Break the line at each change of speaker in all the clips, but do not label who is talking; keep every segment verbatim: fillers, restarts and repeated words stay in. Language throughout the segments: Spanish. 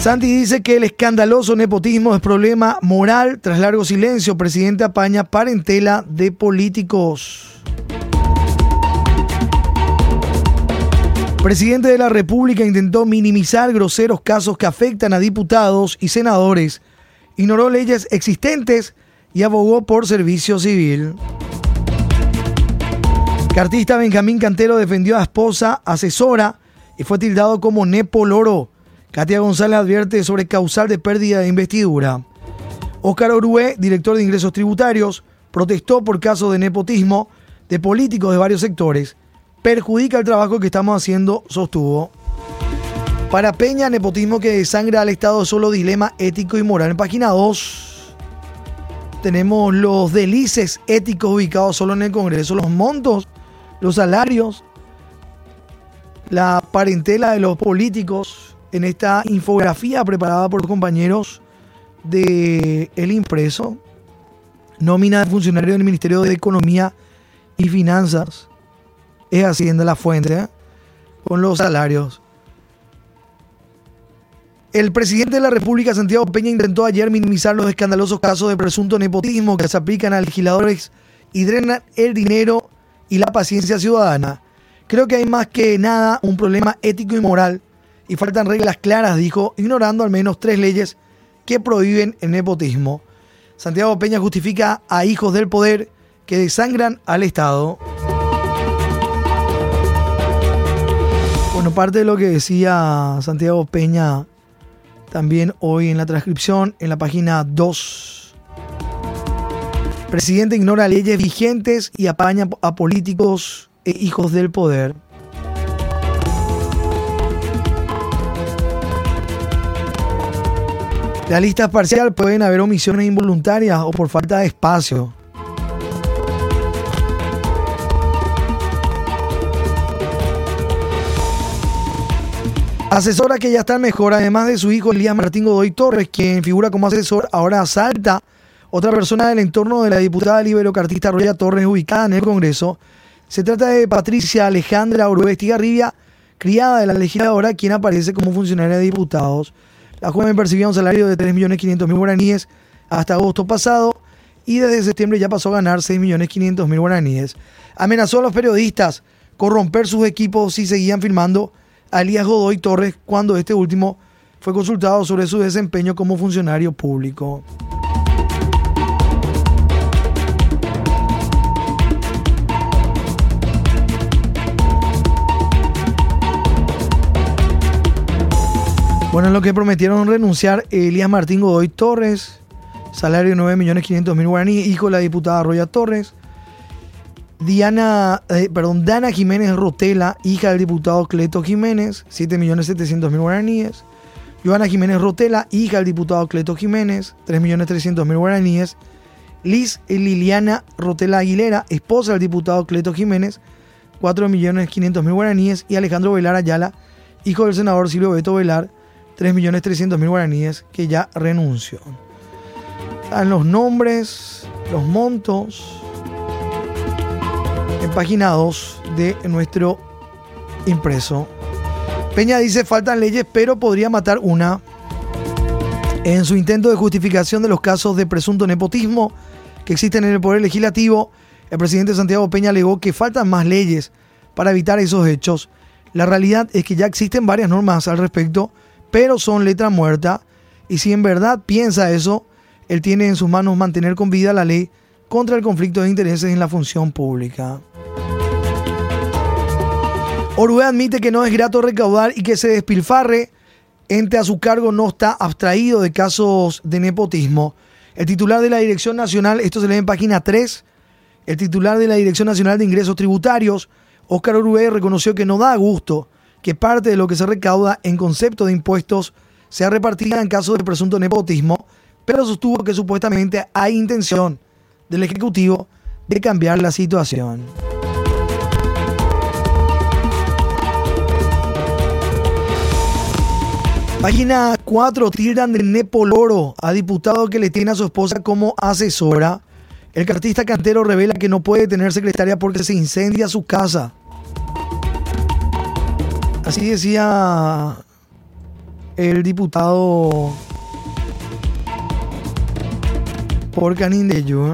Santi dice que el escandaloso nepotismo es problema moral. Tras largo silencio, presidente apaña parentela de políticos. Presidente de la República intentó minimizar groseros casos que afectan a diputados y senadores. Ignoró leyes existentes y abogó por servicio civil. Cartista Benjamín Cantero defendió a esposa asesora y fue tildado como nepo loro. Katia González advierte sobre causal de pérdida de investidura. Óscar Orué, director de ingresos tributarios, protestó por casos de nepotismo de políticos de varios sectores. Perjudica el trabajo que estamos haciendo, sostuvo. Para Peña, nepotismo que desangra al Estado es solo dilema ético y moral. En página dos tenemos los delices éticos ubicados solo en el Congreso, los montos, los salarios, la parentela de los políticos en esta infografía preparada por los compañeros de El Impreso. Nómina de funcionarios del Ministerio de Economía y Finanzas. Es Hacienda la fuente, ¿eh? Con los salarios. El presidente de la República, Santiago Peña, intentó ayer minimizar los escandalosos casos de presunto nepotismo que se aplican a legisladores y drenan el dinero y la paciencia ciudadana. Creo que hay más que nada un problema ético y moral y faltan reglas claras, dijo, ignorando al menos tres leyes que prohíben el nepotismo. Santiago Peña justifica a hijos del poder que desangran al Estado. Bueno, parte de lo que decía Santiago Peña también hoy en la transcripción, en la página dos. Presidente ignora leyes vigentes y apaña a políticos e hijos del poder. La lista es parcial, pueden haber omisiones involuntarias o por falta de espacio. Asesora que ya está mejor, además de su hijo Elías Martín Godoy Torres, quien figura como asesor, ahora asalta otra persona del entorno de la diputada liberocartista Roya Torres, ubicada en el Congreso. Se trata de Patricia Alejandra Orué Estigarribia, criada de la legisladora, quien aparece como funcionaria de diputados. La joven percibía un salario de tres millones quinientos mil guaraníes hasta agosto pasado y desde septiembre ya pasó a ganar seis millones quinientos mil guaraníes. Amenazó a los periodistas con romper sus equipos si seguían filmando a Elías Godoy Torres cuando este último fue consultado sobre su desempeño como funcionario público. Bueno, en lo que prometieron renunciar Elías Martín Godoy Torres, salario de nueve millones quinientos mil guaraníes, hijo de la diputada Roya Torres. Diana, eh, perdón, Dana Jiménez Rotela, hija del diputado Cleto Jiménez, siete millones setecientos mil guaraníes. Joana Jiménez Rotela, hija del diputado Cleto Jiménez, tres millones trescientos mil guaraníes. Liz Liliana Rotela Aguilera, esposa del diputado Cleto Jiménez, cuatro millones quinientos mil guaraníes. Y Alejandro Velar Ayala, hijo del senador Silvio Beto Velar, tres millones trescientos mil guaraníes, que ya renunció. Están los nombres, los montos en página dos de nuestro impreso. Peña dice faltan leyes, pero podría matar una. En su intento de justificación de los casos de presunto nepotismo que existen en el Poder Legislativo, el presidente Santiago Peña alegó que faltan más leyes para evitar esos hechos. La realidad es que ya existen varias normas al respecto, pero son letra muerta, y si en verdad piensa eso, él tiene en sus manos mantener con vida la ley contra el conflicto de intereses en la función pública. Orué admite que no es grato recaudar y que se despilfarre ente a su cargo no está abstraído de casos de nepotismo. El titular de la Dirección Nacional, esto se lee en página tres, el titular de la Dirección Nacional de Ingresos Tributarios, Óscar Orué, reconoció que no da gusto que parte de lo que se recauda en concepto de impuestos sea repartida en casos de presunto nepotismo, pero sostuvo que supuestamente hay intención del Ejecutivo de cambiar la situación. Página cuatro, tildan de nepo loro a diputado que le tiene a su esposa como asesora. El cartista Cantero revela que no puede tener secretaria porque se incendia su casa. Así decía el diputado por Canindeyú.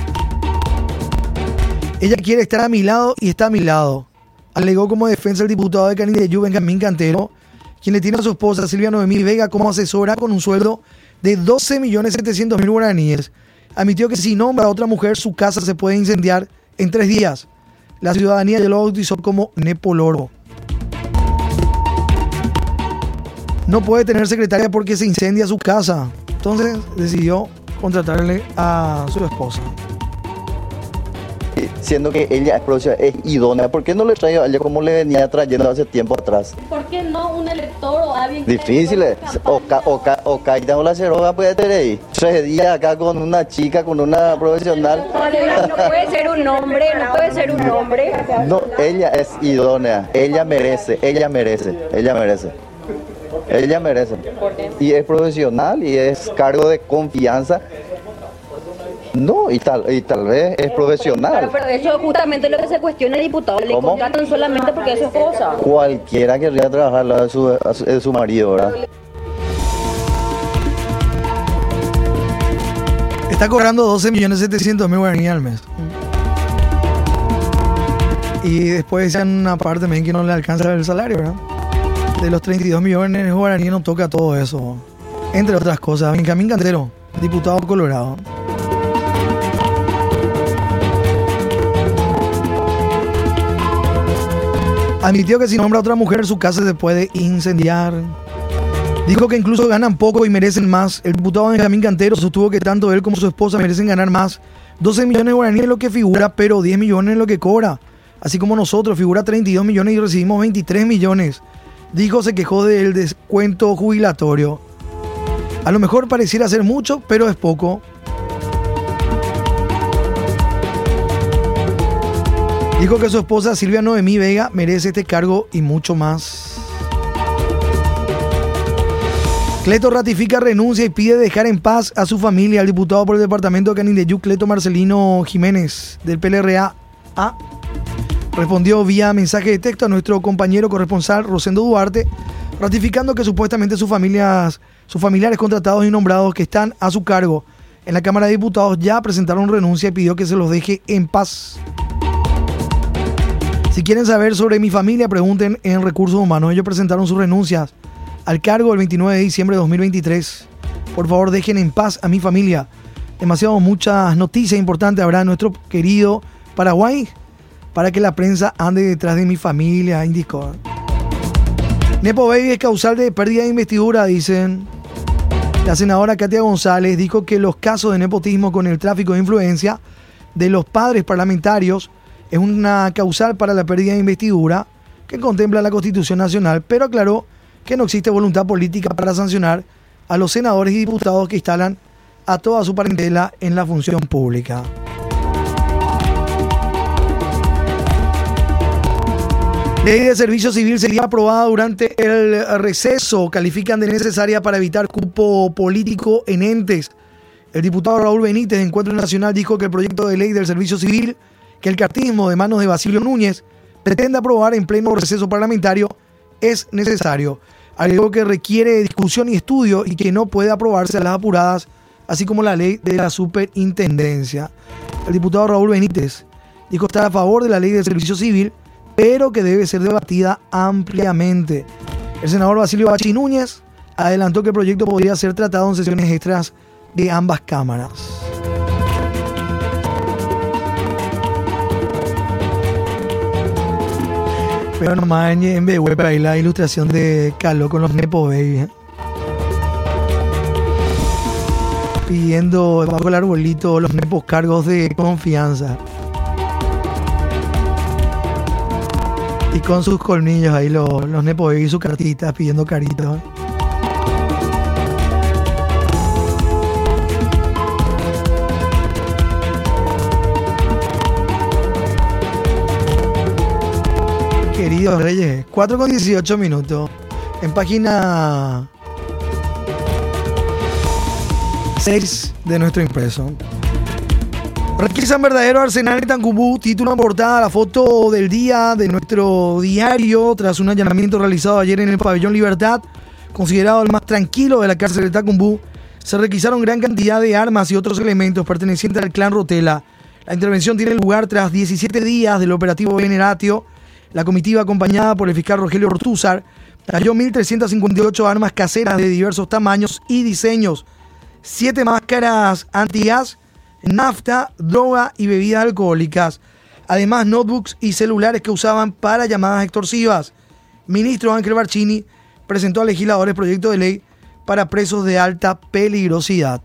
Ella quiere estar a mi lado y está a mi lado, alegó como defensa el diputado de Canindeyú, Benjamín Cantero, quien le tiene a su esposa Silvia Noemí Vega como asesora con un sueldo de doce millones setecientos mil guaraníes. Admitió que si nombra a otra mujer, su casa se puede incendiar en tres días. La ciudadanía ya lo bautizó como Nepo Loro. No puede tener secretaria porque se incendia su casa. Entonces decidió contratarle a su esposa.
Siendo que ella es, próxima, es idónea, ¿por qué no le trae a ella como le venía trayendo hace tiempo atrás?
¿Por qué no un elector o alguien que...
Difícil, o, ca, o, ca, o Caída o la Ceroga puede tener ahí. Tres días acá con una chica, con una profesional.
No puede ser un hombre, no puede ser un hombre.
No, ella es idónea, ella merece, ella merece, ella merece. Ella merece. Y es profesional y es cargo de confianza. No, y tal, y tal vez es profesional.
Claro, pero eso es justamente lo que se cuestiona el diputado. Le
¿Cómo?
contratan solamente porque es su esposa.
Cualquiera querría trabajar la de su, de su marido, ¿verdad?
Está cobrando doce millones setecientos mil guaraníes al mes. Y después decían una parte también que no le alcanza el salario, ¿verdad? De los treinta y dos millones de guaraníes no toca todo eso. Entre otras cosas. Benjamín Cantero, diputado colorado. Admitió que si nombra a otra mujer, su casa se puede incendiar. Dijo que incluso ganan poco y merecen más. El diputado Benjamín Cantero sostuvo que tanto él como su esposa merecen ganar más. doce millones de guaraníes es lo que figura, pero diez millones es lo que cobra. Así como nosotros, figura treinta y dos millones y recibimos veintitrés millones. Dijo, se quejó del descuento jubilatorio. A lo mejor pareciera ser mucho, pero es poco. Dijo que su esposa Silvia Noemí Vega merece este cargo y mucho más. Cleto ratifica renuncia y pide dejar en paz a su familia. El diputado por el departamento de Canindeyú, Cleto Marcelino Jiménez, del P L R A, A, respondió vía mensaje de texto a nuestro compañero corresponsal Rosendo Duarte, ratificando que supuestamente sus familias, sus familiares contratados y nombrados que están a su cargo en la Cámara de Diputados ya presentaron renuncia y pidió que se los deje en paz. Si quieren saber sobre mi familia, pregunten en Recursos Humanos. Ellos presentaron sus renuncias al cargo el veintinueve de diciembre de dos mil veintitrés. Por favor, dejen en paz a mi familia. Demasiado muchas noticias importantes habrá en nuestro querido Paraguay para que la prensa ande detrás de mi familia, indicó. Nepo Baby es causal de pérdida de investidura, dicen. La senadora Katia González dijo que los casos de nepotismo con el tráfico de influencia de los padres parlamentarios es una causal para la pérdida de investidura que contempla la Constitución Nacional, pero aclaró que no existe voluntad política para sancionar a los senadores y diputados que instalan a toda su parentela en la función pública. Ley de servicio civil sería aprobada durante el receso. Califican de necesaria para evitar cupo político en entes. El diputado Raúl Benítez de Encuentro Nacional dijo que el proyecto de ley del servicio civil que el cartismo de manos de Basilio Núñez pretende aprobar en pleno receso parlamentario es necesario. Algo que requiere discusión y estudio y que no puede aprobarse a las apuradas, así como la ley de la superintendencia. El diputado Raúl Benítez dijo estar a favor de la ley del servicio civil, pero que debe ser debatida ampliamente. El senador Basilio Bachi Núñez adelantó que el proyecto podría ser tratado en sesiones extras de ambas cámaras. Pero nomás en, en B W ahí la ilustración de Calo con los Nepo Baby, ¿eh? Pidiendo bajo el arbolito los Nepos cargos de confianza. Y con sus colmillos ahí los, los Nepo Baby y sus cartitas pidiendo caritos, ¿eh? Queridos Reyes, cuatro con dieciocho minutos. En página seis de nuestro impreso. Requisan verdadero arsenal en Tancubú. Título en portada, la foto del día de nuestro diario. Tras un allanamiento realizado ayer en el Pabellón Libertad, considerado el más tranquilo de la cárcel de Tacumbú, se requisaron gran cantidad de armas y otros elementos pertenecientes al clan Rotela. La intervención tiene lugar tras diecisiete días del operativo Veneratio. La comitiva, acompañada por el fiscal Rogelio Ortúzar, halló mil trescientas cincuenta y ocho armas caseras de diversos tamaños y diseños, siete máscaras antigas, nafta, droga y bebidas alcohólicas. Además, notebooks y celulares que usaban para llamadas extorsivas. Ministro Ángel Barcini presentó a legisladores proyecto de ley para presos de alta peligrosidad.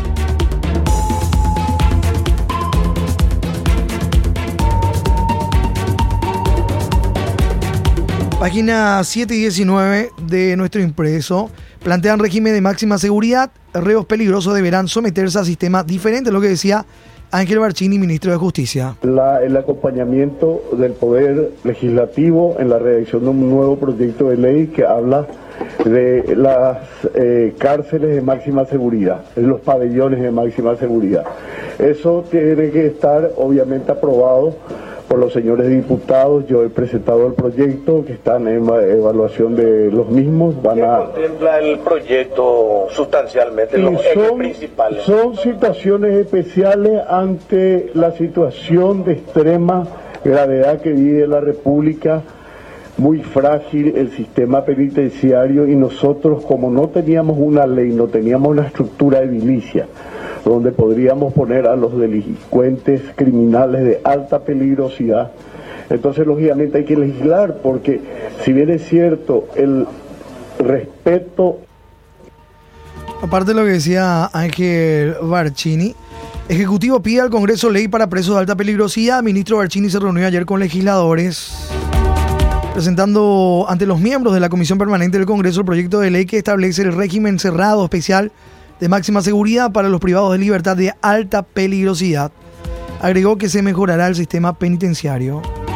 Página siete y diecinueve de nuestro impreso plantean régimen de máxima seguridad. Reos peligrosos deberán someterse a sistemas diferentes, lo que decía Ángel Barcini, ministro de Justicia.
La, el acompañamiento del Poder Legislativo en la redacción de un nuevo proyecto de ley que habla de las eh, cárceles de máxima seguridad, los pabellones de máxima seguridad. Eso tiene que estar obviamente aprobado por los señores diputados. Yo he presentado el proyecto, que están en evaluación de los mismos. Van a...
¿Qué contempla el proyecto sustancialmente, los ejes principales?
Son situaciones especiales ante la situación de extrema gravedad que vive la República, muy frágil el sistema penitenciario, y nosotros, como no teníamos una ley, no teníamos una estructura edilicia donde podríamos poner a los delincuentes criminales de alta peligrosidad, entonces lógicamente hay que legislar, porque si bien es cierto el respeto...
Aparte de lo que decía Ángel Barcini, Ejecutivo pide al Congreso ley para presos de alta peligrosidad. Ministro Barcini se reunió ayer con legisladores, presentando ante los miembros de la Comisión Permanente del Congreso el proyecto de ley que establece el régimen cerrado especial de máxima seguridad para los privados de libertad de alta peligrosidad. Agregó que se mejorará el sistema penitenciario.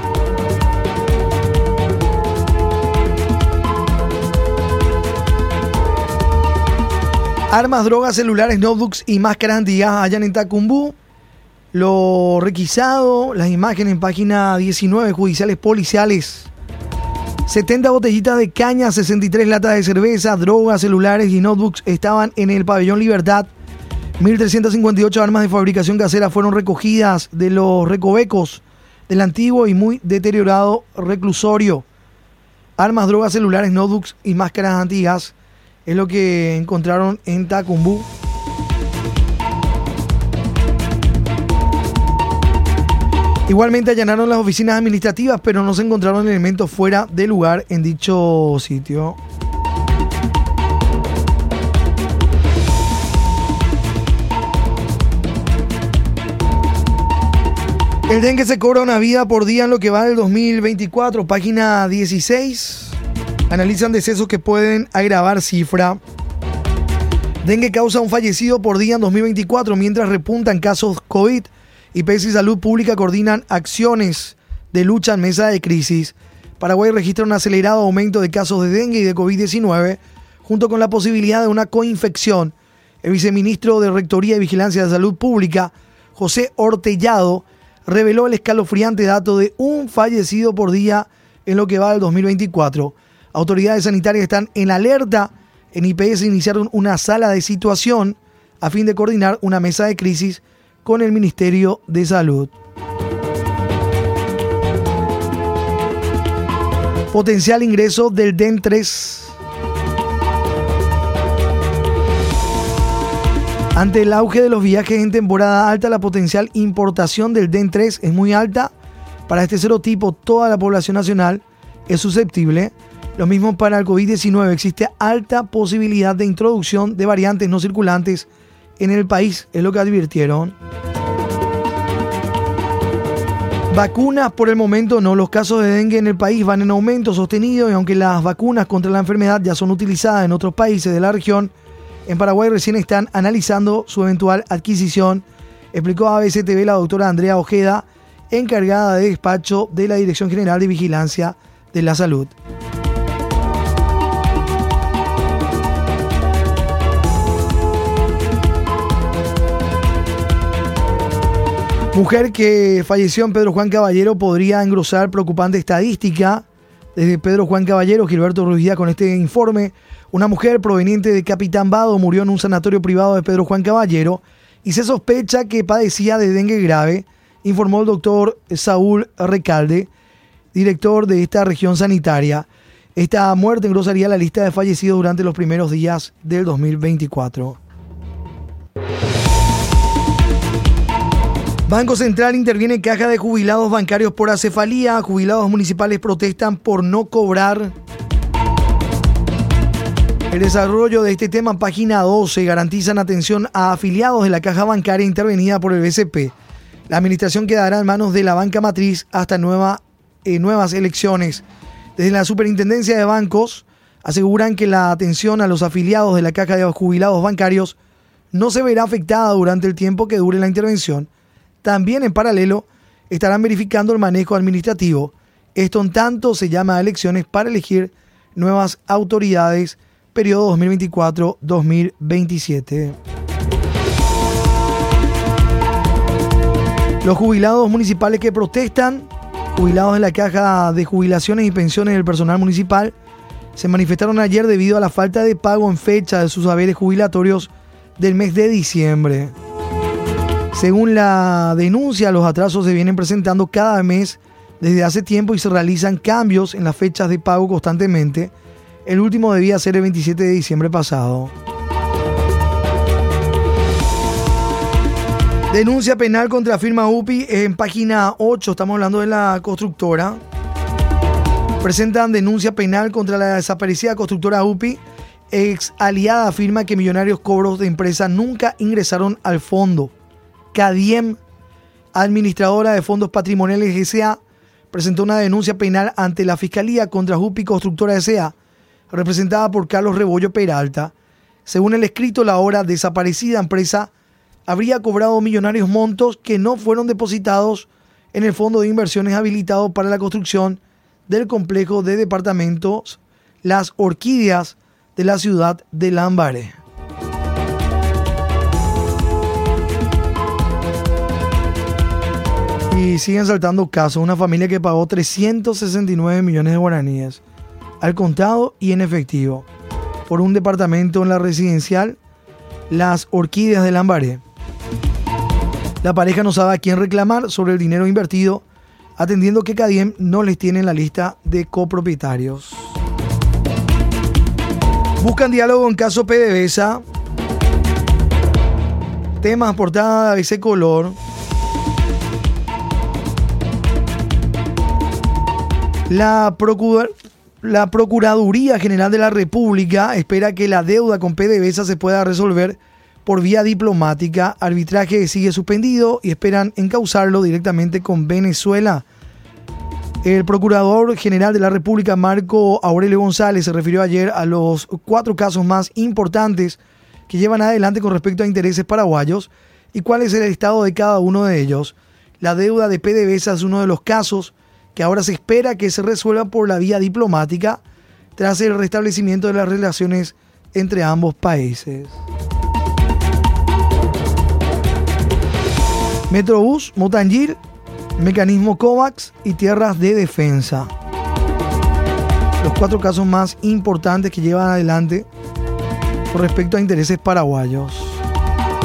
Armas, drogas, celulares, notebooks y máscaras antigas hallan en Tacumbú. Lo requisado, las imágenes en página diecinueve, judiciales policiales. setenta botellitas de caña, sesenta y tres latas de cerveza, drogas, celulares y notebooks estaban en el pabellón Libertad. mil trescientas cincuenta y ocho armas de fabricación casera fueron recogidas de los recovecos del antiguo y muy deteriorado reclusorio. Armas, drogas, celulares, notebooks y máscaras antigas es lo que encontraron en Tacumbú. Igualmente allanaron las oficinas administrativas, pero no se encontraron elementos fuera de lugar en dicho sitio. El dengue se cobra una vida por día en lo que va del dos mil veinticuatro. Página dieciséis. Analizan decesos que pueden agravar cifra. Dengue causa un fallecido por día en dos mil veinticuatro, mientras repuntan casos COVID. I P S y Salud Pública coordinan acciones de lucha en mesa de crisis. Paraguay registra un acelerado aumento de casos de dengue y de COVID diecinueve, junto con la posibilidad de una coinfección. El viceministro de Rectoría y Vigilancia de Salud Pública, José Ortellado, reveló el escalofriante dato de un fallecido por día en lo que va del dos mil veinticuatro. Autoridades sanitarias están en alerta. En I P S iniciaron una sala de situación a fin de coordinar una mesa de crisis con el Ministerio de Salud. Potencial ingreso del D E N tres. Ante el auge de los viajes en temporada alta, la potencial importación del D E N tres es muy alta. Para este serotipo, toda la población nacional es susceptible. Lo mismo para el COVID diecinueve. Existe alta posibilidad de introducción de variantes no circulantes en el país, es lo que advirtieron. Vacunas por el momento no. Los casos de dengue en el país van en aumento sostenido, y aunque las vacunas contra la enfermedad ya son utilizadas en otros países de la región, en Paraguay recién están analizando su eventual adquisición, explicó a A B C T V la doctora Andrea Ojeda, encargada de despacho de la Dirección General de Vigilancia de la Salud. Mujer que falleció en Pedro Juan Caballero podría engrosar preocupante estadística Desde Pedro Juan Caballero, Gilberto Ruiz Díaz con este informe. Una mujer proveniente de Capitán Vado murió en un sanatorio privado de Pedro Juan Caballero y se sospecha que padecía de dengue grave, informó el doctor Saúl Recalde, director de esta región sanitaria. Esta muerte engrosaría la lista de fallecidos durante los primeros días del dos mil veinticuatro. Banco Central interviene en caja de jubilados bancarios por acefalía. Jubilados municipales protestan por no cobrar. El desarrollo de este tema en página doce. Garantizan atención a afiliados de la caja bancaria intervenida por el B C P. La administración quedará en manos de la banca matriz hasta nueva, eh, nuevas elecciones. Desde la Superintendencia de Bancos aseguran que la atención a los afiliados de la caja de jubilados bancarios no se verá afectada durante el tiempo que dure la intervención. También en paralelo estarán verificando el manejo administrativo. Esto en tanto se llama a elecciones para elegir nuevas autoridades, periodo dos mil veinticuatro a dos mil veintisiete. Los jubilados municipales que protestan, jubilados de la Caja de Jubilaciones y Pensiones del Personal Municipal, se manifestaron ayer debido a la falta de pago en fecha de sus haberes jubilatorios del mes de diciembre. Según la denuncia, los atrasos se vienen presentando cada mes desde hace tiempo y se realizan cambios en las fechas de pago constantemente. El último debía ser el veintisiete de diciembre pasado. Denuncia penal contra firma U P I en página ocho, estamos hablando de la constructora. Presentan denuncia penal contra la desaparecida constructora U P I. Ex aliada afirma que millonarios cobros de empresa nunca ingresaron al fondo. Cadiem, administradora de fondos patrimoniales S A, presentó una denuncia penal ante la Fiscalía contra U P I Constructora S A, representada por Carlos Rebollo Peralta. Según el escrito, la ahora desaparecida empresa habría cobrado millonarios montos que no fueron depositados en el fondo de inversiones habilitado para la construcción del complejo de departamentos Las Orquídeas de la ciudad de Lambaré. Y siguen saltando casos. Una familia que pagó trescientos sesenta y nueve millones de guaraníes al contado y en efectivo por un departamento en la residencial Las Orquídeas de Lambaré. La pareja no sabe a quién reclamar sobre el dinero invertido, atendiendo que Cadiem no les tiene en la lista de copropietarios. Buscan diálogo en caso PDVSA. Temas portada de A B C Color. La, Procura, la Procuraduría General de la República espera que la deuda con PDVSA se pueda resolver por vía diplomática. Arbitraje sigue suspendido y esperan encauzarlo directamente con Venezuela. El Procurador General de la República, Marco Aurelio González, se refirió ayer a los cuatro casos más importantes que llevan adelante con respecto a intereses paraguayos y cuál es el estado de cada uno de ellos. La deuda de PDVSA es uno de los casos que ahora se espera que se resuelva por la vía diplomática tras el restablecimiento de las relaciones entre ambos países. Metrobús, Motangil, Mecanismo COVAX y Tierras de Defensa. Los cuatro casos más importantes que llevan adelante con respecto a intereses paraguayos.